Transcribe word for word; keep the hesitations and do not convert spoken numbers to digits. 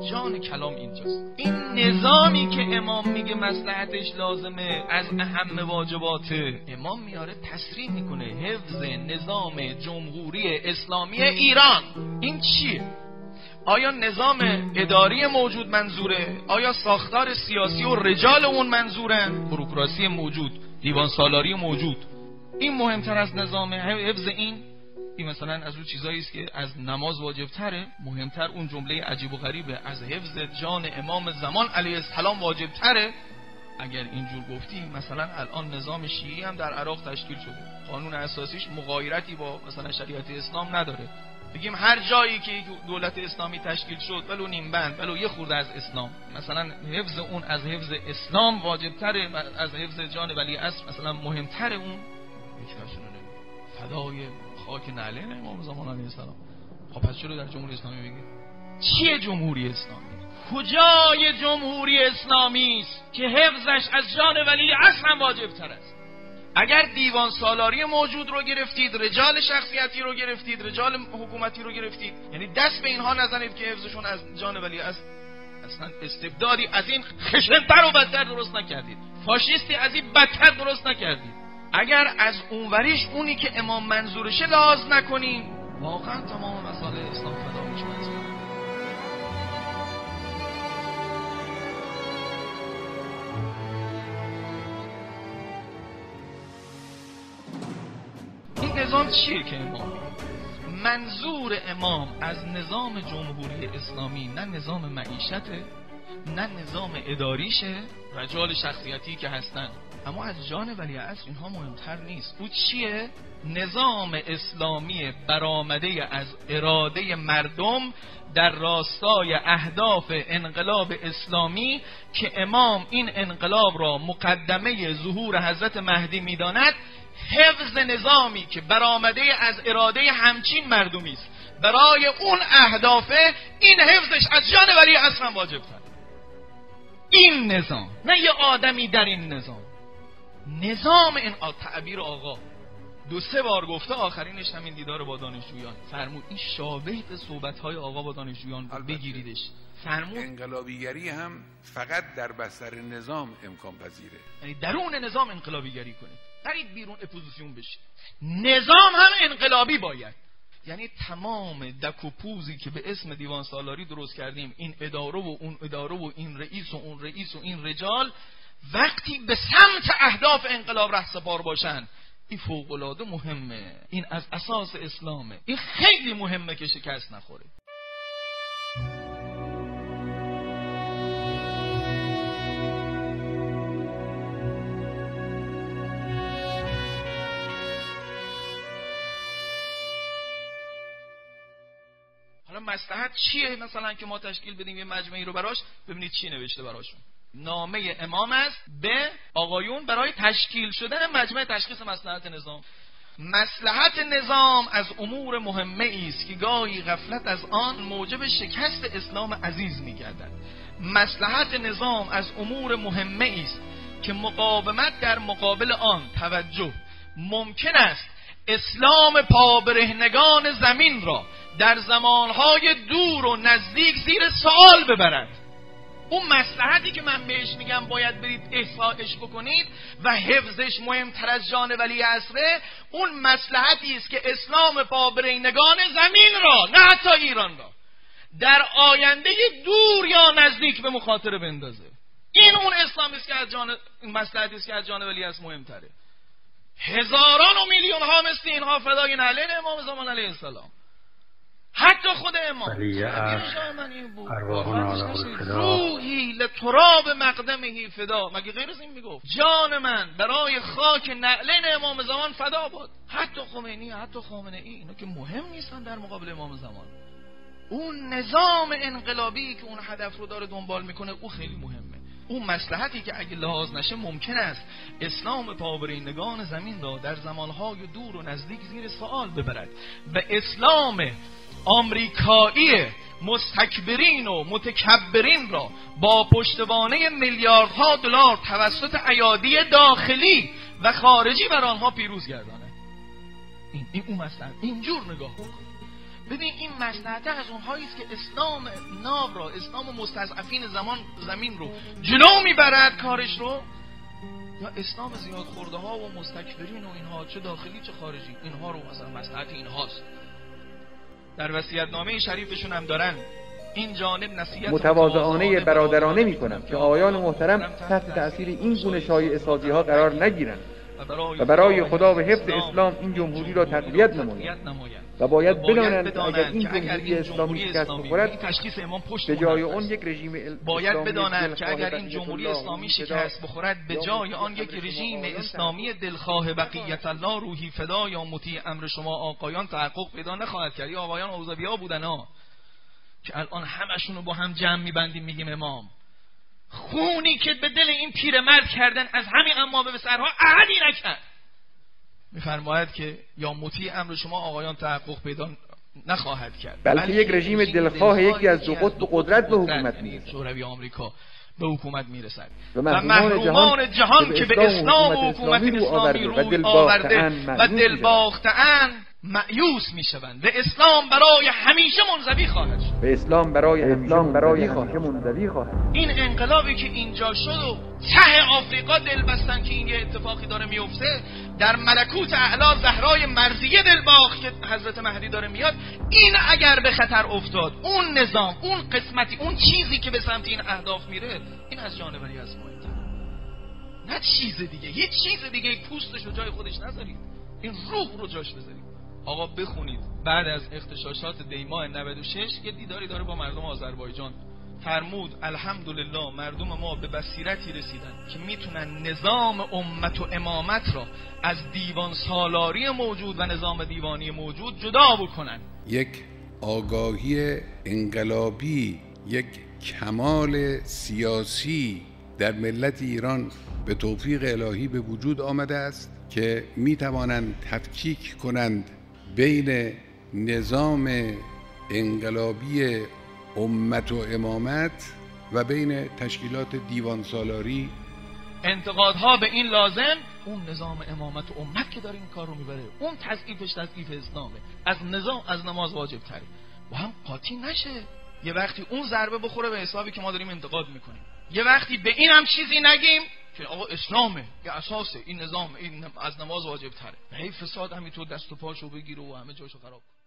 جان کلام اینجاست. این نظامی که امام میگه مصلحتش لازمه، از اهم واجباته، امام میاره تصریح میکنه حفظ نظام جمهوری اسلامی ایران. این چیه؟ آیا نظام اداری موجود منظوره؟ آیا ساختار سیاسی و رجال اون منظورن؟ بروکراسی موجود، دیوان سالاری موجود، این مهمتر از نظام حفظ این؟ این مثلا از اون چیزایی است که از نماز واجب تره، مهمتر اون جمله عجیب و غریبه از حفظ جان امام زمان علیه السلام واجب تره. اگر اینجور گفتی مثلا الان نظام شیعی هم در عراق تشکیل شده، قانون اساسیش مغایرتی با مثلا شریعت اسلام نداره. بگیم هر جایی که دولت اسلامی تشکیل شد ولو نیم بند ولو یه خورده از اسلام، مثلا حفظ اون از حفظ اسلام واجب تره، از حفظ جان ولی اصل مثلا مهمتره. اون یکیشون فدای خاک نعلین امام زمان علیه السلام. خب پس چرا در جمهوری اسلامی بگید؟ چیه جمهوری اسلامی؟ کجای جمهوری اسلامی است که حفظش از جان ولی اصل هم واجب تر است؟ اگر دیوان سالاری موجود رو گرفتید، رجال شخصیتی رو گرفتید، رجال حکومتی رو گرفتید، یعنی دست به اینها نزنید که حفظشون از جان ولی اصل. اصلا استبدادی از این خشن‌تر و بدتر درست نکردید، فاشیستی از این بدتر درست نکردید. اگر از اونوریش اونی که امام منظورشه لحاظ نکنیم، واقعا تمام مسائل اسلام فدا میشه. این نظام چیه که امام منظور امام از نظام جمهوری اسلامی؟ نه نظام معیشته، نه نظام اداریشه، رجال شخصیتی که هستن، اما از جان ولیعصر اینها مهمتر نیست. او چیه؟ نظام اسلامی برآمده از اراده مردم در راستای اهداف انقلاب اسلامی که امام این انقلاب را مقدمه ظهور حضرت مهدی می‌داند. حفظ نظامی که برآمده از اراده همچین مردمی است برای اون اهداف، این حفظش از جان ولی اصلا واجب تر. این نظام، نه یه آدمی در این نظام. نظام این تعبیر آقا دو سه بار گفته، آخرینش همین دیدار با دانشجویان فرمود این شابه به صحبت‌های آقا با دانشجویان بگیریدش. فرمود انقلابیگری هم فقط در بستر نظام امکان پذیره، یعنی درون نظام انقلابیگری کنید، برید بیرون اپوزیسیون بشید. نظام هم انقلابی باید، یعنی تمام دک و پوزی که به اسم دیوان سالاری درست کردیم، این اداره و اون اداره و این رئیس و اون رئیس و این رجال، وقتی به سمت اهداف انقلاب رهسپار باشن، این فوق‌العاده مهمه. این از اساس اسلامه. این خیلی مهمه که شکست نخوره. حالا مصلحت چیه مثلا که ما تشکیل بدیم یه مجمعی رو براش؟ ببینید چی نوشته براشون. نامه امام است به آقایون برای تشکیل شدن مجمع تشخیص مصلحت نظام. مصلحت نظام از امور مهمه است که گاهی غفلت از آن موجب شکست اسلام عزیز می‌گردد. مصلحت نظام از امور مهمه است که مقاومت در مقابل آن توجه ممکن است اسلام پابرهنگان زمین را در زمانهای دور و نزدیک زیر سوال ببرد. اون مصلحتی که من بهش میگم باید برید احصایش بکنید و حفظش مهمتر از جان ولی عصره، اون مصلحتی است که اسلام پابرهنگان زمین را، نه حتی ایران را، در آینده دور یا نزدیک به مخاطره بندازه. این اون اسلامی است که از جان، مصلحتی است که از جان ولی عصر مهمتره. هزاران و میلیون ها مثل اینها فدای نعلین امام زمان علیه السلام. حتی خود امام روحی لتراب مقدمه فدا، مگه غیر از این میگفت جان من برای خاک نعلین امام زمان فدا بود. حتی خمینی، حتی خامنه ای، اینا که مهم نیستن در مقابل امام زمان. اون نظام انقلابی که اون هدف رو داره دنبال میکنه، او خیلی مهمه. اون مصلحتی که اگه لحاظ نشه ممکن است اسلام پابرهنگان زمین را در زمانهای دور و نزدیک زیر سوال ببرد و اسلام آمریکایی مستکبرین و متکبرین را با پشتوانه میلیاردها دلار توسط ایادی داخلی و خارجی بر آنها پیروز گرداند. این این اون مصلحت. اینجور نگاه کن. ببین این مصلحت از اونهایی است که اسلام ناب را، اسلام مستضعفین زمان زمین رو جلو میبرد کارش رو، یا اسلام زیاد خورده ها و مستکبرین و اینها چه داخلی چه خارجی، اینها رو مثلا مصلحت اینهاست. در وصیت‌نامه شریفشون هم دارن این جانب نصیحت متواضعانه برادرانه میکنم که آقایان محترم تحت تأثیر این گونه شایعه سازی ها قرار نگیرند و برای خدا و حفظ اسلام این جمهوری را تقویت نمایند و باید بدانند که اگر این جمهوری اسلامی شکست بخورد، به جای اون یک رژیم باید بدانند که اگر این جمهوری اسلامی شکست بخورد، به جای آن یک رژیم اسلامی دلخواه بقیت الله روحی فدا یا مطیع امر شما آقایان تحقق پیدا نخواهد کرد. یا آقایان اوزبی‌ها بودن ها که الان همشون رو با هم جمع می‌بندیم میگیم امام. خونی که به دل این پیرمرد کردن از همین امامه به سرها احدی نکرد. میفرماید که یا مطیع امر شما آقایان تحقق پیدا نخواهد کرد، بلکه یک رژیم دلخواه یکی از دو قطب قدرت به حکومت میرسد، شوروی آمریکا به حکومت میرسد و محرومان جهان که به اسلام و حکومت اسلامی روی آورده و دل باخته‌اند مایوس میشوند. به اسلام برای همیشه منزوی خواهد شد. به اسلام برای اسلام برای همیشه منزوی خواهد. این انقلابی که اینجا شد و ته آفریقا دل بستن که این یه اتفاقی داره میفته، در ملکوت اعلی زهرای مرضیه دل باخت که حضرت مهدی داره میاد، این اگر به خطر افتاد، اون نظام، اون قسمتی، اون چیزی که به سمت این اهداف میره، این از جانوری از ما نه چیز دیگه. هیچ چیز دیگه پوستش رو جای خودش نذارید، این روح رو جاش بذارید. آقا بخونید بعد از اغتشاشات دیماه نود و شش یه دیداری داره با مردم آذربایجان. فرمود الحمدلله مردم ما به بصیرتی رسیدن که میتونن نظام امت و امامت را از دیوان سالاری موجود و نظام دیوانی موجود جدا بکنن. یک آگاهی انقلابی، یک کمال سیاسی در ملت ایران به توفیق الهی به وجود آمده است که میتوانند تفکیک کنند بین نظام انقلابی امت و امامت و بین تشکیلات دیوان سالاری. انتقادها به این لازم، اون نظام امامت و امت که داره این کار رو میبره، اون تضعیفش تضعیف اسلامه، از نظام از نماز واجب تره و هم قاطی نشه. یه وقتی اون ضربه بخوره به حسابی که ما داریم انتقاد میکنیم، یه وقتی به این هم چیزی نگیم که آقا اسلامه یه اساسه، این نظام این از نماز واجب تره، هی فساد همینطور دست و پاشو بگیره و همه جاشو خراب.